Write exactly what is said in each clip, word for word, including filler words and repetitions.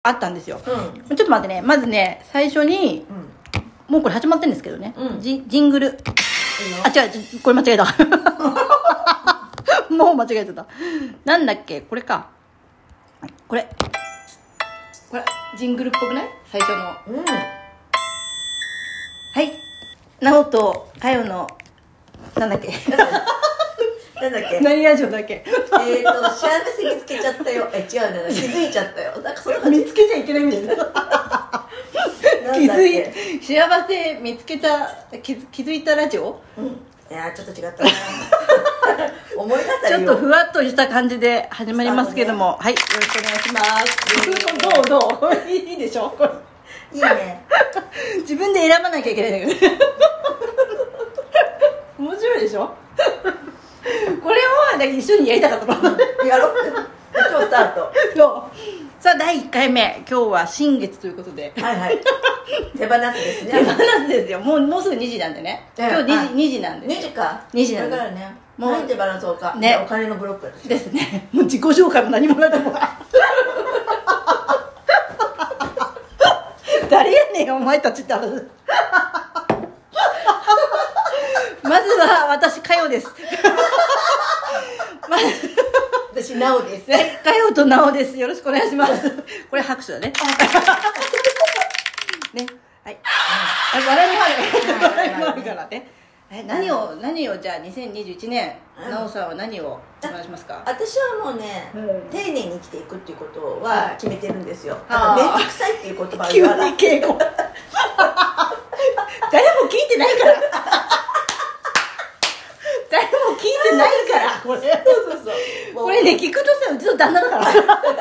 あったんですよ、 うん、 ちょっと待ってね、まずね最初に、うん、もうこれ始まってるんですけどね、うん、ジ, ジングルいいあ違うこれ間違えたもう間違えてた。なんだっけこれかこれこれジングルっぽくない最初の、うん、はいなおとかよのなんだっけなんだっけ何ラジオだっけえーと幸せ見つけちゃったよえ違うね気づいちゃったよなんかその見つけちゃいけないみたいな気づい幸せ見つけた気気づいたラジオ、 うん、いやちょっと違ったな思い出したちょっとふわっとした感じで始まりますけども、ね、はいよろしくお願いしますどうどういいでしょこれいいね自分で選ばなきゃいけないんだけど面白いでしょこれをだけ一緒にやりたかったのやろう今日スタートそうさあだいいっかいめ今日は新月ということではいはい手放すですね手放すですよもうもうすぐにじなんでね今日にじ, にじなんでにじかにじなんでだからねもう何手放そうか、 ね、 お金のブロックですですねもう自己紹介も何もなくも誰やねんお前たちって話まずは私かよですまず私なおですかよとなおですよろしくお願いしますこれ拍手だねねはい、うん、笑いもある笑いもあるからねえ何を何をじゃあにせんにじゅういちねんなおさんは何をお願いしますか。 私はもうね、うん、丁寧に生きていくっていうことは決めてるんですよ。 あ面倒くさいっていう言葉を言わない急に敬語誰も聞いてないから誰も聞いてないからこれそうそうそうこれね聞くとさうちの旦那だからだから嫌じゃん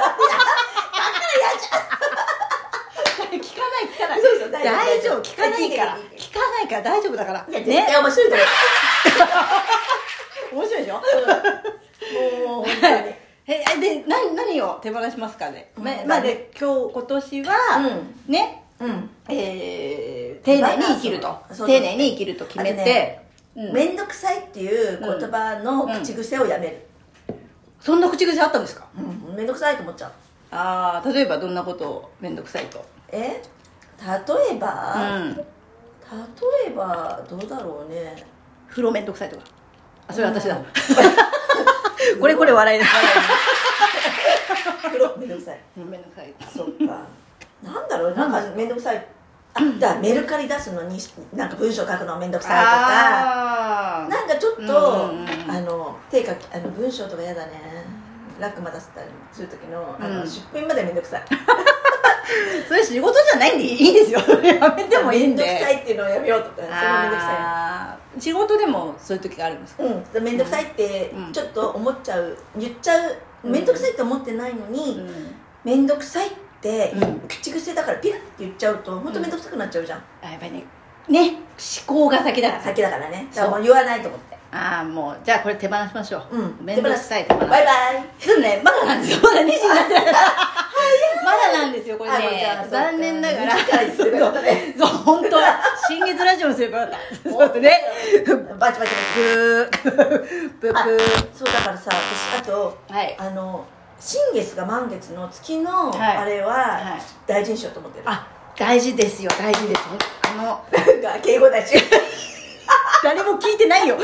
聞かない聞かないそうそう大丈夫聞かないから聞かないから大丈夫だからいや絶対面白いだろ面白いでしょ、 うん、もう本当にえで何何を手放しますかね、うん、ままあで今日今年は、うん、ね、うんえー、丁寧に生きると、まあ、丁寧に生きると決めて面倒、うん、くさいっていう言葉の口癖をやめる、 うんうん、そんな口癖あったんですか。 うん、面倒くさいと思っちゃう。 ああ例えばどんなことを面倒くさいとえ例えば、うん、例えばどうだろうね風呂面倒くさいとかあそれ私だ、うん、これこれ笑いです風呂面倒くさい面倒くさいそっかなんだろうなんか面倒くさいあだからメルカリ出すのになんか文章書くの面倒くさいとかなんかちょっと、うんうんうん、あの手かあの文章とかやだね楽ま出したりする時 の, あの、うん、出品まで面倒くさいそれ仕事じゃないんでいいんですよやめてもいいんで面倒くさいっていうのをやめようとかそれも面倒くさい仕事でもそういう時があるんですか。 うん面倒くさいってちょっと思っちゃう言っちゃう面倒くさいって思ってないのに、うん、面倒くさいって、うん、口癖だからピラッて言っちゃうと本当面倒くさくなっちゃうじゃん、うん、 やっぱりねね思考が先だから先だからねだからもう言わないと思ってああもうじゃあこれ手放しましょう、うん、面倒くさい手放すバイバイちょっとねまだなんですよまだにじになってないまだなんですよこれね残念ながらそう本当新月ラジオにすればよかったそうねバチバチブーブーブーそうだからさ私あと、はい、あの新月が満月の月のあれは大事にしようと思ってる、 はいはい、あ大事ですよ大事ですあのなんか敬語だし誰も聞いてないよこ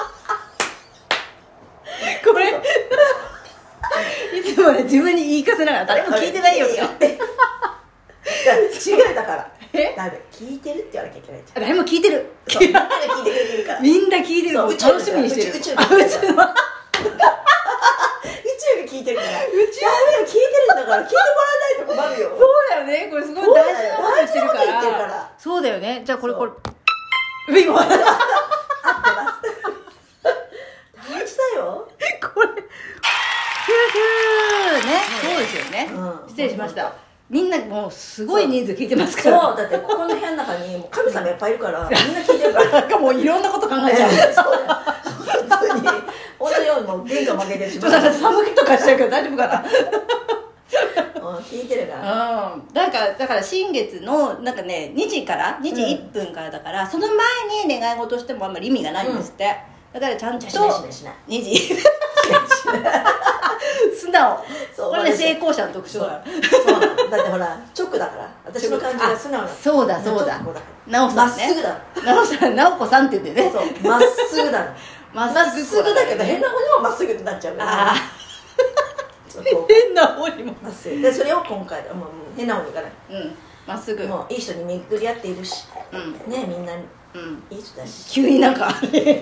れいつもね自分に言い聞かせながら誰も聞いてないよって違うだからえだ聞いてるって言わなきゃいけないじゃん誰も聞いてるみんな聞いてくれてるからみんな聞いてる楽しみにしてる宇宙が聞いてるから宇宙が聞いてるから宇宙が聞いてるんだから聞いてもらわないと困るよそうだよねこれすごい大事なこと言ってるからそうだよねじゃあこれこれ今合ってます大事だよこれヒューヒューねそうですよね、うん、失礼しましたみんなもうすごい人数聞いてますからそうだってここの部屋の中にもう神様いっぱいいるからみんな聞いてるからなんかもういろんなこと考えちゃうそうだ本当に本当にもう玄関負けてしまう寒気とかしちゃうけど大丈夫かな聞いてるから、 うん、だからだから新月のなんかねにじからにじいっぷんからだから、うん、その前に願い事してもあんまり意味がないんですって、うん、だからちゃんとしないしないしないにじ素直。 そうこれね成功者の特徴だから。 そうなの。だってほら直だから私の感じが素直なの。 そうだそうだ。なおさんね。 まっすぐだ。 なおさん、なおこさんって言ってね。 そうまっすぐなの。まっすぐだけど変な方にもまっすぐになっちゃうから。ああ。 変な方にもまっすぐ。でそれを今回もう変な方にいかない。 うん。まっすぐ。 もういい人に巡り合っているし。うん。ねみんな。うん、いい人だし急になんか急に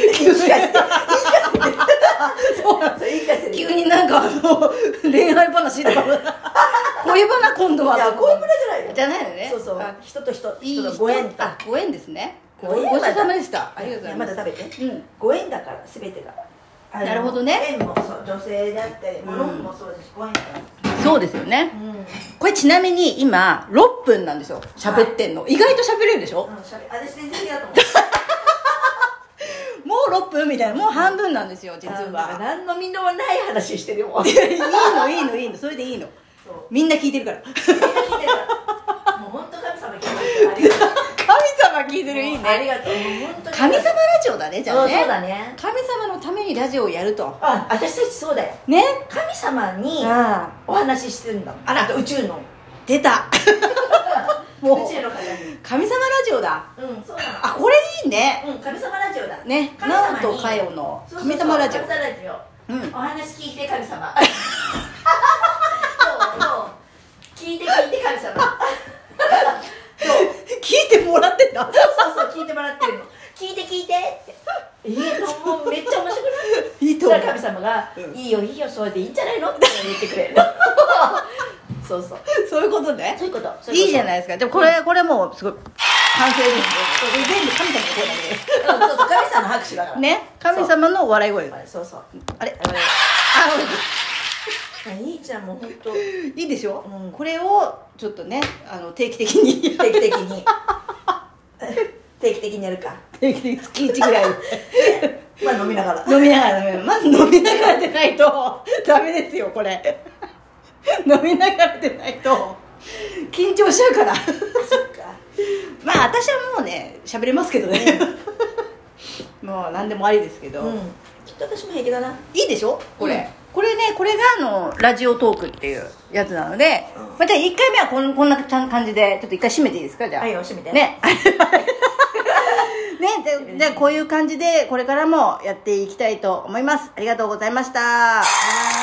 急になんかあの恋愛話とか恋バナ今度は。 いや恋バナじゃないよ。 じゃないのね。 そうそう人と人人のご縁と。 あご縁ですね。 ご縁ごちそうさまでした。ありがとうございます。 まだ食べて。うんご縁だから全てが。 なるほどね。 縁もそう女性であったり物もそうですしご縁だから。 そうですよね。これちなみに今ろっぷんなんですよ。喋ってんの。意外と喋れるでしょ。うん私全然だと思う。もうろっぷんみたいな、もう半分なんですよ実は。 何の身のもない話してるもん。 いいのいいのいいの、それでいいの。みんな聞いてるから。みんな聞いてるから。もう本当神様聞いてる。神様聞いてる、いいね。 ありがとう。 神様ラジオだね、じゃあね。 そうだね。 神様のためにラジオをやると。 あ、私たちそうだよ。 ね。 神様にお話ししてるんだ。あら、宇宙の。 出た。 もう宇宙の方に。 神様ラジオだ。 うん、そうなの。 あ、これいいね。 うん、神様ラジオだ。 ね。なんとかよの神様ラジオ。 神様ラジオ。うん。お話聞いて神様。聞いて聞いて神様。 聞いてもらってんだ。 そうそうそう聞いてもらってるの。聞いて聞いてってえー、もうめっちゃ面白くないいいと思う。神様が、うん、いいよいいよそれでいいんじゃないのって言ってくれる。そうそうそういうことね。 そういうこといいじゃないですか。でもこれ、うん、これもうすごい完成ですね。全部神様の声だね。 そうそう神様の拍手だからね。神様の笑い声。 そうそうあれあいいじゃんもう本当いいでしょ、うん、これをちょっとねあの定期的に定期的に定期的にやるか定期的に月いちぐらいまあ飲みながら飲みながら飲みながらまず飲みながらでないとダメですよこれ飲みながらでないと緊張しちゃうからそっかまあ私はもうね喋れますけどね、うん、もう何でもありですけど、うん、 きっと私も平気だないいでしょこれ、うんこれね、これがあのラジオトークっていうやつなので、うんまあ、じゃあいっかいめはこんこんな感じでちょっといっかい締めていいですかじゃあはいよ締めてねねででこういう感じでこれからもやっていきたいと思います。ありがとうございました。